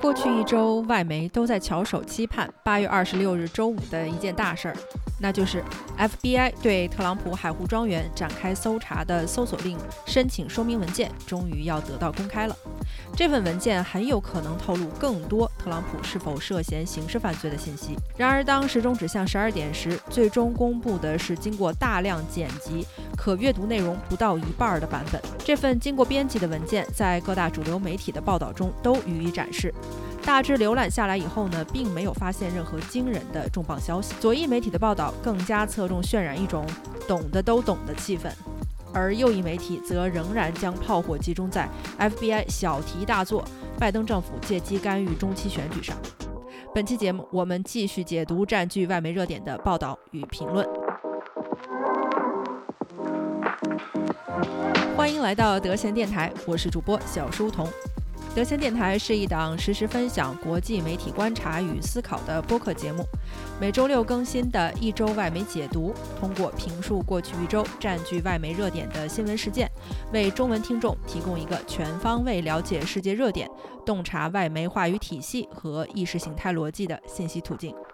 过去一周，外媒都在翘首期盼8月26日周五的一件大事儿，那就是 FBI 对特朗普海湖庄园展开搜查的搜索令申请说明文件终于要得到公开了。这份文件很有可能透露更多特朗普是否涉嫌刑事犯罪的信息。然而，当时钟指向12点时，最终公布的是经过大量剪辑、可阅读内容不到一半的版本。这份经过编辑的文件在各大主流媒体的报道中都予以展示。大致浏览下来以后呢，并没有发现任何惊人的重磅消息。左翼媒体的报道更加侧重渲染一种懂的都懂的气氛，而右翼媒体则仍然将炮火集中在 FBI 小题大做、拜登政府借机干预中期选举上。本期节目，我们继续解读占据外媒热点的报道与评论。欢迎来到德贤电台，我是主播小书童。德贤电台是一档实时分享国际媒体观察与思考的播客节目，每周六更新的一周外媒解读，通过评述过去一周占据外媒热点的新闻事件，为中文听众提供一个全方位了解世界热点、洞察外媒话语体系和意识形态逻辑的信息途径。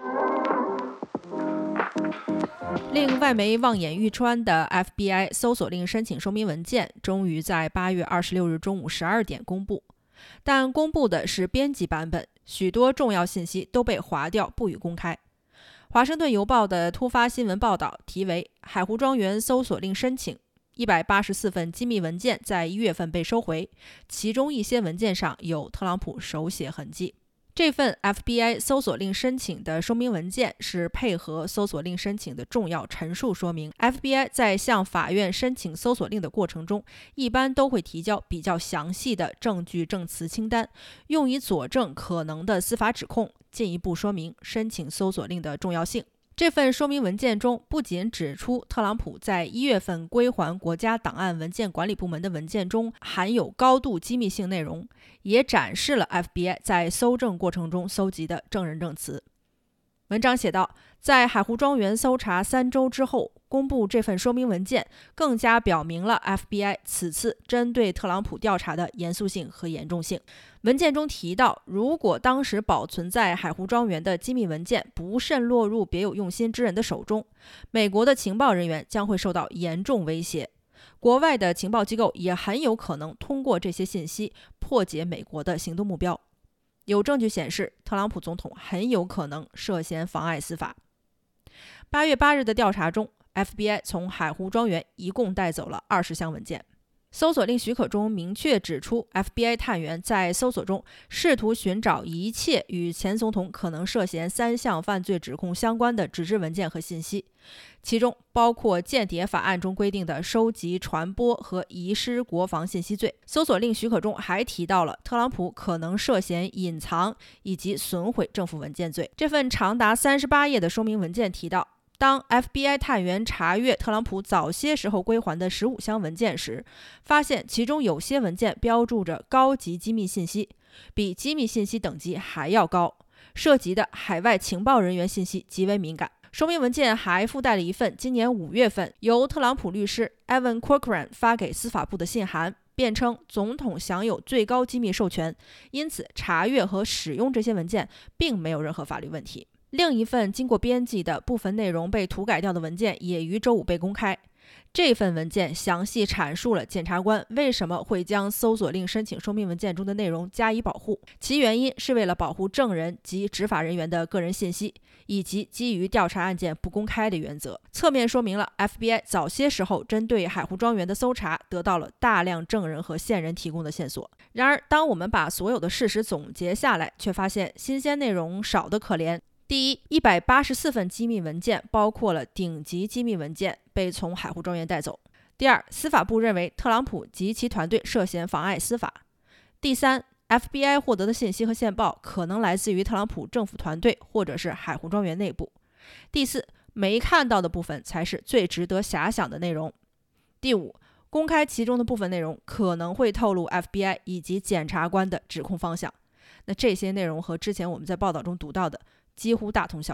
令外媒望眼欲穿的 FBI 搜索令申请说明文件终于在8月26日中午12点公布，但公布的是编辑版本，许多重要信息都被划掉不予公开。华盛顿邮报的突发新闻报道题为海湖庄园搜索令申请，184份机密文件在1月份被收回，其中一些文件上有特朗普手写痕迹。这份 FBI 搜索令申请的说明文件是配合搜索令申请的重要陈述说明。FBI 在向法院申请搜索令的过程中，一般都会提交比较详细的证据证词清单，用以佐证可能的司法指控，进一步说明申请搜索令的重要性。这份说明文件中不仅指出特朗普在1月份归还国家档案文件管理部门的文件中含有高度机密性内容，也展示了 FBI 在搜证过程中搜集的证人证词。文章写道，在海湖庄园搜查3周之后，公布这份说明文件，更加表明了 FBI 此次针对特朗普调查的严肃性和严重性。文件中提到，如果当时保存在海湖庄园的机密文件不慎落入别有用心之人的手中，美国的情报人员将会受到严重威胁。国外的情报机构也很有可能通过这些信息破解美国的行动目标。有证据显示，特朗普总统很有可能涉嫌妨碍司法。8月8日的调查中， FBI 从海湖庄园一共带走了20项文件。搜索令许可中明确指出， FBI 探员在搜索中试图寻找一切与前总统可能涉嫌3项犯罪指控相关的纸质文件和信息，其中包括间谍法案中规定的收集、传播和遗失国防信息罪。搜索令许可中还提到了特朗普可能涉嫌隐藏以及损毁政府文件罪。这份长达38页的说明文件提到，当 FBI 探员查阅特朗普早些时候归还的15箱文件时，发现其中有些文件标注着高级机密信息，比机密信息等级还要高，涉及的海外情报人员信息极为敏感。说明文件还附带了一份今年5月份由特朗普律师 Evan Corcoran 发给司法部的信函，辩称总统享有最高机密授权，因此查阅和使用这些文件并没有任何法律问题。另一份经过编辑的部分内容被涂改掉的文件也于周五被公开。这份文件详细阐述了检察官为什么会将搜索令申请说明文件中的内容加以保护，其原因是为了保护证人及执法人员的个人信息，以及基于调查案件不公开的原则。侧面说明了 FBI 早些时候针对海湖庄园的搜查得到了大量证人和线人提供的线索。然而，当我们把所有的事实总结下来，却发现新鲜内容少得可怜。第一，184份机密文件，包括了顶级机密文件，被从海湖庄园带走。第二，司法部认为特朗普及其团队涉嫌妨碍司法。第三， FBI 获得的信息和线报可能来自于特朗普政府团队或者是海湖庄园内部。第四，没看到的部分才是最值得遐想的内容。第五，公开其中的部分内容可能会透露 FBI 以及检察官的指控方向。那这些内容和之前我们在报道中读到的几乎大同小异。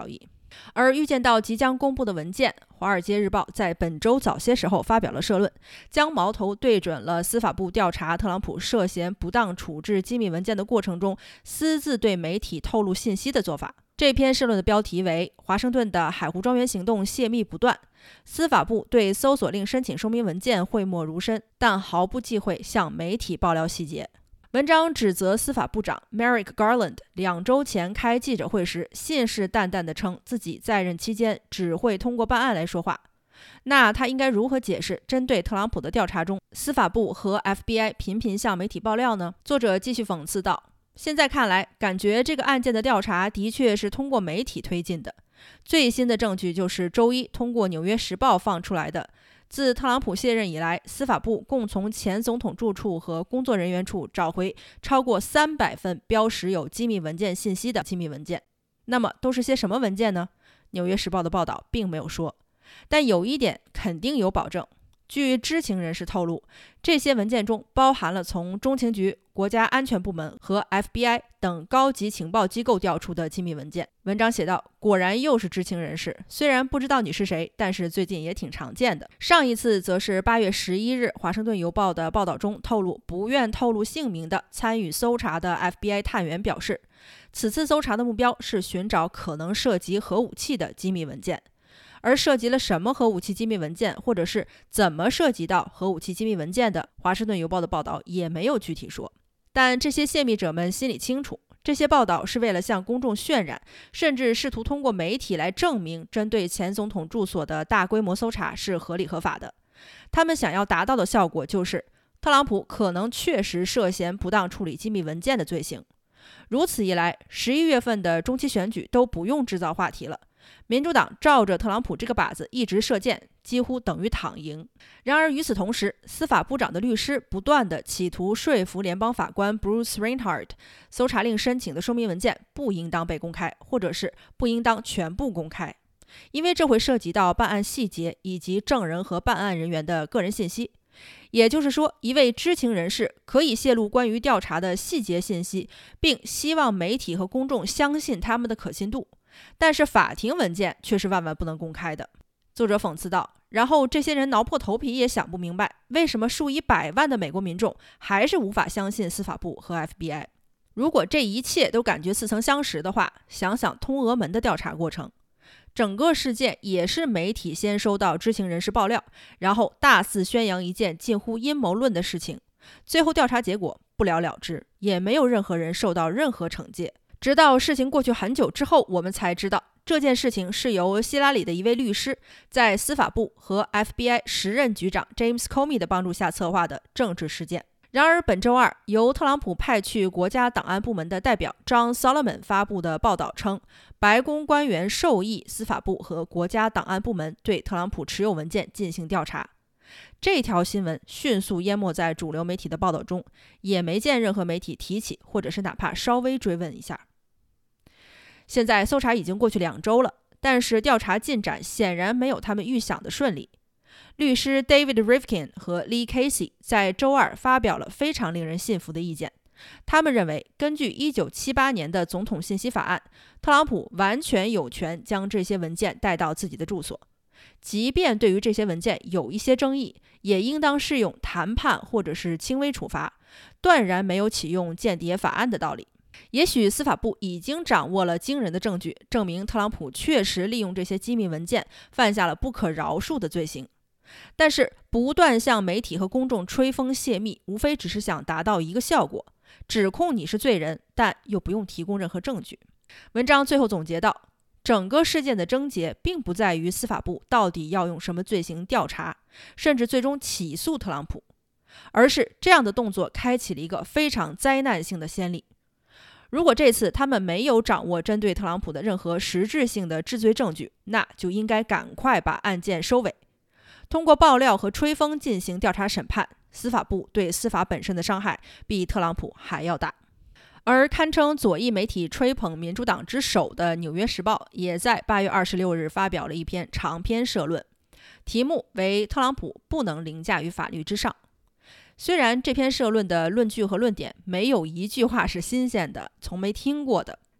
而预见到即将公布的文件，《华尔街日报》在本周早些时候发表了社论，将矛头对准了司法部调查特朗普涉嫌不当处置机密文件的过程中私自对媒体透露信息的做法。这篇社论的标题为《华盛顿的海湖庄园行动泄密不断，司法部对搜索令申请说明文件讳莫如深，但毫不忌讳向媒体爆料细节》。文章指责司法部长 Merrick Garland 2周前开记者会时信誓旦旦地称自己在任期间只会通过办案来说话。那他应该如何解释针对特朗普的调查中，司法部和 FBI 频频向媒体爆料呢？作者继续讽刺道，现在看来，感觉这个案件的调查的确是通过媒体推进的。最新的证据就是周一通过《纽约时报》放出来的，自特朗普卸任以来，司法部共从前总统住处和工作人员处找回超过300份标识有机密文件信息的机密文件。那么都是些什么文件呢？《纽约时报》的报道并没有说，但有一点肯定有保证。据知情人士透露，这些文件中包含了从中情局、国家安全部门和 FBI 等高级情报机构调出的机密文件。文章写道，果然又是知情人士，虽然不知道你是谁，但是最近也挺常见的。上一次则是8月11日华盛顿邮报的报道中透露，不愿透露姓名的参与搜查的 FBI 探员表示，此次搜查的目标是寻找可能涉及核武器的机密文件。而涉及了什么核武器机密文件，或者是怎么涉及到核武器机密文件的，华盛顿邮报的报道也没有具体说。但这些泄密者们心里清楚，这些报道是为了向公众渲染，甚至试图通过媒体来证明针对前总统住所的大规模搜查是合理合法的。他们想要达到的效果就是特朗普可能确实涉嫌不当处理机密文件的罪行。如此一来，11月份的中期选举都不用制造话题了。民主党照着特朗普这个靶子一直射箭，几乎等于躺赢。然而与此同时，司法部长的律师不断地企图说服联邦法官 Bruce Reinhart， 搜查令申请的说明文件不应当被公开，或者是不应当全部公开，因为这会涉及到办案细节以及证人和办案人员的个人信息。也就是说，一位知情人士可以泄露关于调查的细节信息，并希望媒体和公众相信他们的可信度，但是法庭文件却是万万不能公开的。作者讽刺道，然后这些人挠破头皮也想不明白，为什么数以百万的美国民众还是无法相信司法部和 FBI。 如果这一切都感觉似曾相识的话，想想通俄门的调查过程，整个事件也是媒体先收到知情人士爆料，然后大肆宣扬一件近乎阴谋论的事情，最后调查结果不了了之，也没有任何人受到任何惩戒。直到事情过去很久之后，我们才知道这件事情是由希拉里的一位律师在司法部和 FBI 时任局长 James Comey 的帮助下策划的政治事件。然而本周二，由特朗普派去国家档案部门的代表 John Solomon 发布的报道称，白宫官员授意司法部和国家档案部门对特朗普持有文件进行调查。这条新闻迅速淹没在主流媒体的报道中，也没见任何媒体提起，或者是哪怕稍微追问一下。现在搜查已经过去2周了，但是调查进展显然没有他们预想的顺利。律师 David Rivkin 和 Lee Casey 在周二发表了非常令人信服的意见。他们认为，根据1978年的总统信息法案，特朗普完全有权将这些文件带到自己的住所，即便对于这些文件有一些争议，也应当适用谈判或者是轻微处罚，断然没有启用间谍法案的道理。也许司法部已经掌握了惊人的证据，证明特朗普确实利用这些机密文件犯下了不可饶恕的罪行。但是不断向媒体和公众吹风泄密，无非只是想达到一个效果，指控你是罪人，但又不用提供任何证据。文章最后总结道，整个事件的症结并不在于司法部到底要用什么罪行调查，甚至最终起诉特朗普，而是这样的动作开启了一个非常灾难性的先例。如果这次他们没有掌握针对特朗普的任何实质性的治罪证据，那就应该赶快把案件收尾。通过爆料和吹风进行调查审判，司法部对司法本身的伤害比特朗普还要大。而堪称左翼媒体吹捧民主党之首的《纽约时报》也在8月26日发表了一篇长篇社论，题目为“特朗普不能凌驾于法律之上”。虽然这篇社论的论据和论点没有一句话是新鲜的、从没听过的，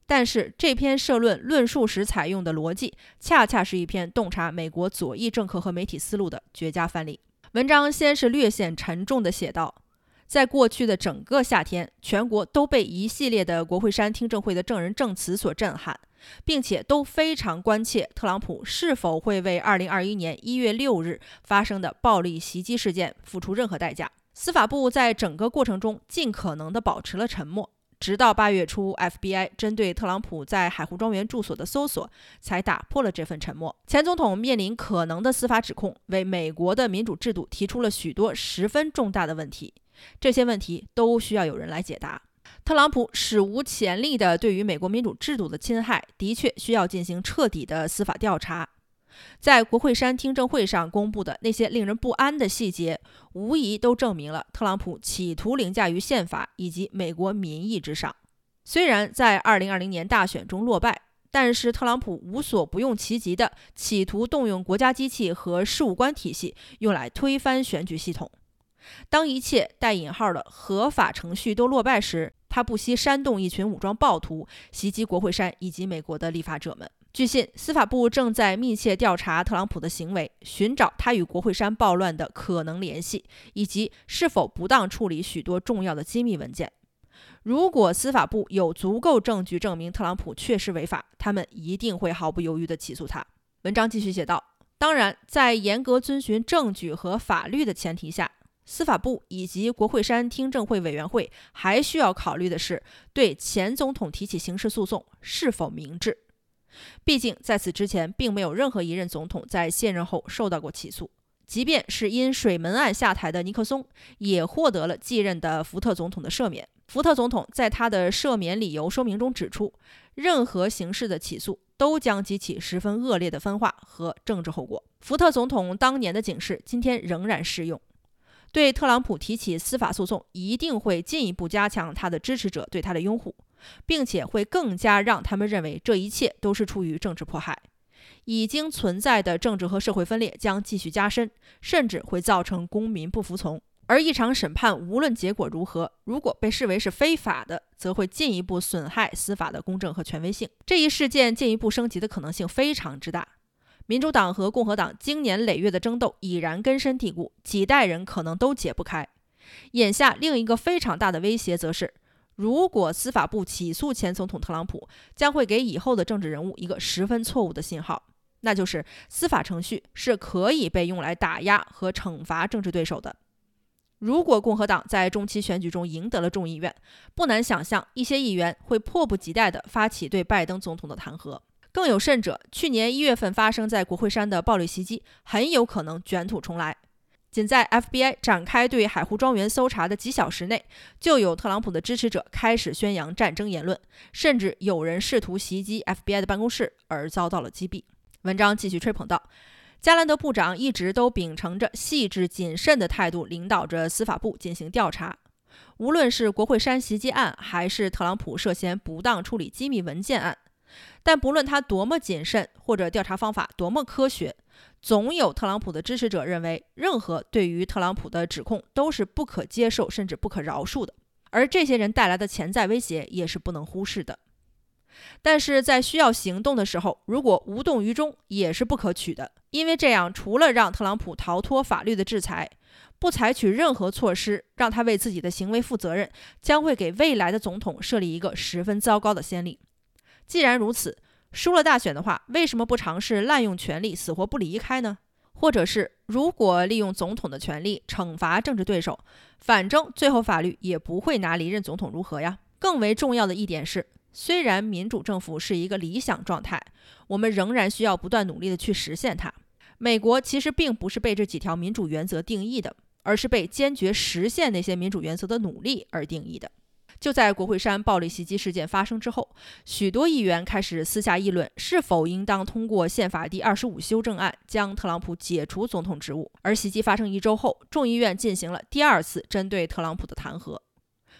但是这篇社论论述时采用的逻辑，恰恰是一篇洞察美国左翼政客和媒体思路的绝佳范例。文章先是略显沉重地写道，在过去的整个夏天，全国都被一系列的国会山听证会的证人证词所震撼，并且都非常关切特朗普是否会为2021年1月6日发生的暴力袭击事件付出任何代价。司法部在整个过程中尽可能地保持了沉默，直到8月初 FBI 针对特朗普在海湖庄园住所的搜索才打破了这份沉默。前总统面临可能的司法指控，为美国的民主制度提出了许多十分重大的问题，这些问题都需要有人来解答。特朗普史无前例的对于美国民主制度的侵害，的确需要进行彻底的司法调查。在国会山听证会上公布的那些令人不安的细节，无疑都证明了特朗普企图凌驾于宪法以及美国民意之上。虽然在2020年大选中落败，但是特朗普无所不用其极的企图动用国家机器和事务官体系，用来推翻选举系统。当一切带引号的合法程序都落败时，他不惜煽动一群武装暴徒袭击国会山以及美国的立法者们。据悉，司法部正在密切调查特朗普的行为，寻找他与国会山暴乱的可能联系，以及是否不当处理许多重要的机密文件。如果司法部有足够证据证明特朗普确实违法，他们一定会毫不犹豫地起诉他。文章继续写道，当然，在严格遵循证据和法律的前提下，司法部以及国会山听证会委员会还需要考虑的是，对前总统提起刑事诉讼是否明智。毕竟在此之前，并没有任何一任总统在卸任后受到过起诉。即便是因水门案下台的尼克松，也获得了继任的福特总统的赦免。福特总统在他的赦免理由说明中指出，任何刑事的起诉都将激起十分恶劣的分化和政治后果。福特总统当年的警示今天仍然适用，对特朗普提起司法诉讼一定会进一步加强他的支持者对他的拥护，并且会更加让他们认为这一切都是出于政治迫害。已经存在的政治和社会分裂将继续加深，甚至会造成公民不服从。而一场审判无论结果如何，如果被视为是非法的，则会进一步损害司法的公正和权威性。这一事件进一步升级的可能性非常之大。民主党和共和党经年累月的争斗已然根深蒂固，几代人可能都解不开。眼下另一个非常大的威胁则是，如果司法部起诉前总统特朗普，将会给以后的政治人物一个十分错误的信号，那就是司法程序是可以被用来打压和惩罚政治对手的。如果共和党在中期选举中赢得了众议院，不难想象一些议员会迫不及待地发起对拜登总统的弹劾。更有甚者，去年1月份发生在国会山的暴力袭击很有可能卷土重来。仅在 FBI 展开对海湖庄园搜查的几小时内，就有特朗普的支持者开始宣扬战争言论，甚至有人试图袭击 FBI 的办公室而遭到了击毙。文章继续吹捧道，加兰德部长一直都秉承着细致谨慎的态度，领导着司法部进行调查。无论是国会山袭击案，还是特朗普涉嫌不当处理机密文件案，但不论他多么谨慎，或者调查方法多么科学，总有特朗普的支持者认为，任何对于特朗普的指控都是不可接受甚至不可饶恕的，而这些人带来的潜在威胁也是不能忽视的。但是在需要行动的时候，如果无动于衷也是不可取的，因为这样除了让特朗普逃脱法律的制裁，不采取任何措施让他为自己的行为负责任，将会给未来的总统设立一个十分糟糕的先例。既然如此，输了大选的话，为什么不尝试滥用权力，死活不离开呢？或者是，如果利用总统的权力惩罚政治对手，反正最后法律也不会拿离任总统如何呀。更为重要的一点是，虽然民主政府是一个理想状态，我们仍然需要不断努力的去实现它。美国其实并不是被这几条民主原则定义的，而是被坚决实现那些民主原则的努力而定义的。就在国会山暴力袭击事件发生之后，许多议员开始私下议论是否应当通过宪法第25修正案将特朗普解除总统职务。而袭击发生1周后，众议院进行了第2次针对特朗普的弹劾。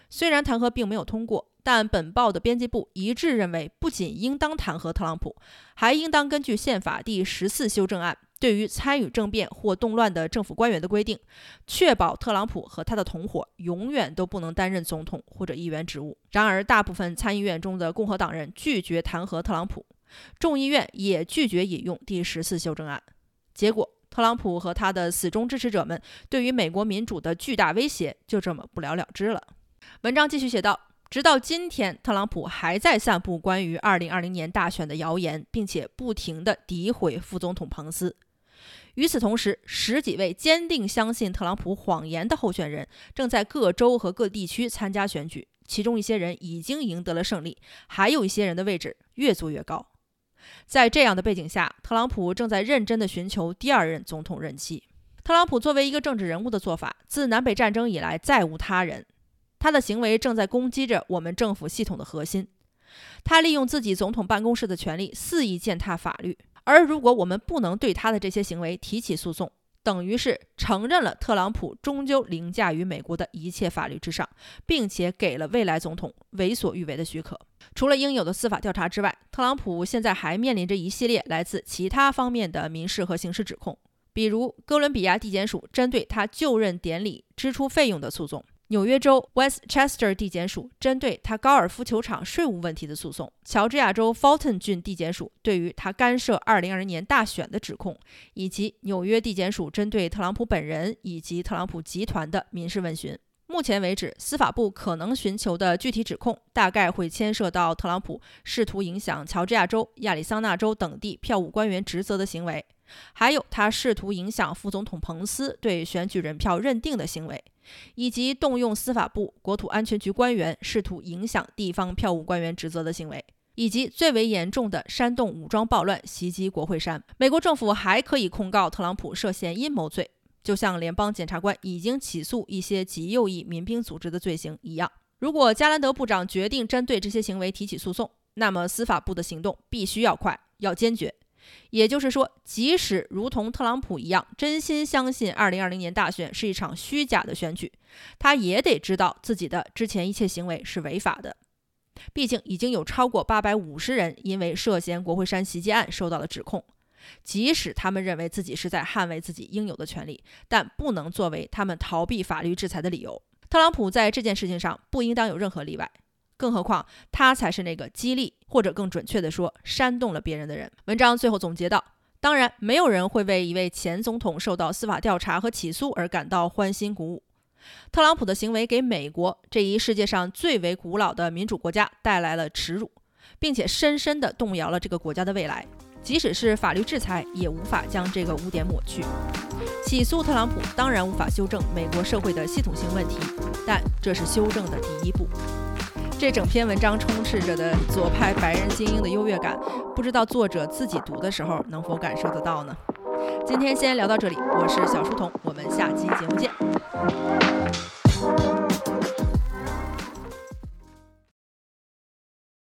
虽然弹劾并没有通过，但本报的编辑部一致认为，不仅应当弹劾特朗普，还应当根据宪法第14修正案对于参与政变或动乱的政府官员的规定，确保特朗普和他的同伙永远都不能担任总统或者议员职务。然而，大部分参议院中的共和党人拒绝弹劾特朗普，众议院也拒绝引用第14修正案。结果，特朗普和他的死忠支持者们对于美国民主的巨大威胁就这么不了了之了。文章继续写道，直到今天，特朗普还在散布关于2020年大选的谣言，并且不停地诋毁副总统彭斯。与此同时，10几位坚定相信特朗普谎言的候选人正在各州和各地区参加选举，其中一些人已经赢得了胜利，还有一些人的位置越做越高。在这样的背景下，特朗普正在认真地寻求第2任总统任期。特朗普作为一个政治人物的做法，自南北战争以来再无他人。他的行为正在攻击着我们政府系统的核心。他利用自己总统办公室的权力肆意践踏法律，而如果我们不能对他的这些行为提起诉讼，等于是承认了特朗普终究凌驾于美国的一切法律之上，并且给了未来总统为所欲为的许可。除了应有的司法调查之外，特朗普现在还面临着一系列来自其他方面的民事和刑事指控，比如哥伦比亚地检署针对他就任典礼支出费用的诉讼，纽约州 Westchester 地检署针对他高尔夫球场税务问题的诉讼，乔治亚州 Fulton 郡地检署对于他干涉2020年大选的指控，以及纽约地检署针对特朗普本人以及特朗普集团的民事问询。目前为止，司法部可能寻求的具体指控大概会牵涉到特朗普试图影响乔治亚州、亚利桑那州等地票务官员职责的行为，还有他试图影响副总统彭斯对选举人票认定的行为，以及动用司法部国土安全局官员试图影响地方票务官员职责的行为，以及最为严重的煽动武装暴乱袭击国会山。美国政府还可以控告特朗普涉嫌阴谋罪，就像联邦检察官已经起诉一些极右翼民兵组织的罪行一样。如果加兰德部长决定针对这些行为提起诉讼，那么司法部的行动必须要快，要坚决。也就是说，即使如同特朗普一样真心相信2020年大选是一场虚假的选举，他也得知道自己的之前一切行为是违法的。毕竟已经有超过850人因为涉嫌国会山袭击案受到了指控，即使他们认为自己是在捍卫自己应有的权利，但不能作为他们逃避法律制裁的理由。特朗普在这件事情上不应当有任何例外，更何况他才是那个激励，或者更准确地说，煽动了别人的人。文章最后总结道，当然，没有人会为一位前总统受到司法调查和起诉而感到欢欣鼓舞。特朗普的行为给美国这一世界上最为古老的民主国家带来了耻辱，并且深深地动摇了这个国家的未来。即使是法律制裁，也无法将这个污点抹去。起诉特朗普当然无法修正美国社会的系统性问题，但这是修正的第一步。这整篇文章充斥着的左派白人精英的优越感，不知道作者自己读的时候能否感受得到呢？今天先聊到这里，我是小书童，我们下期节目见。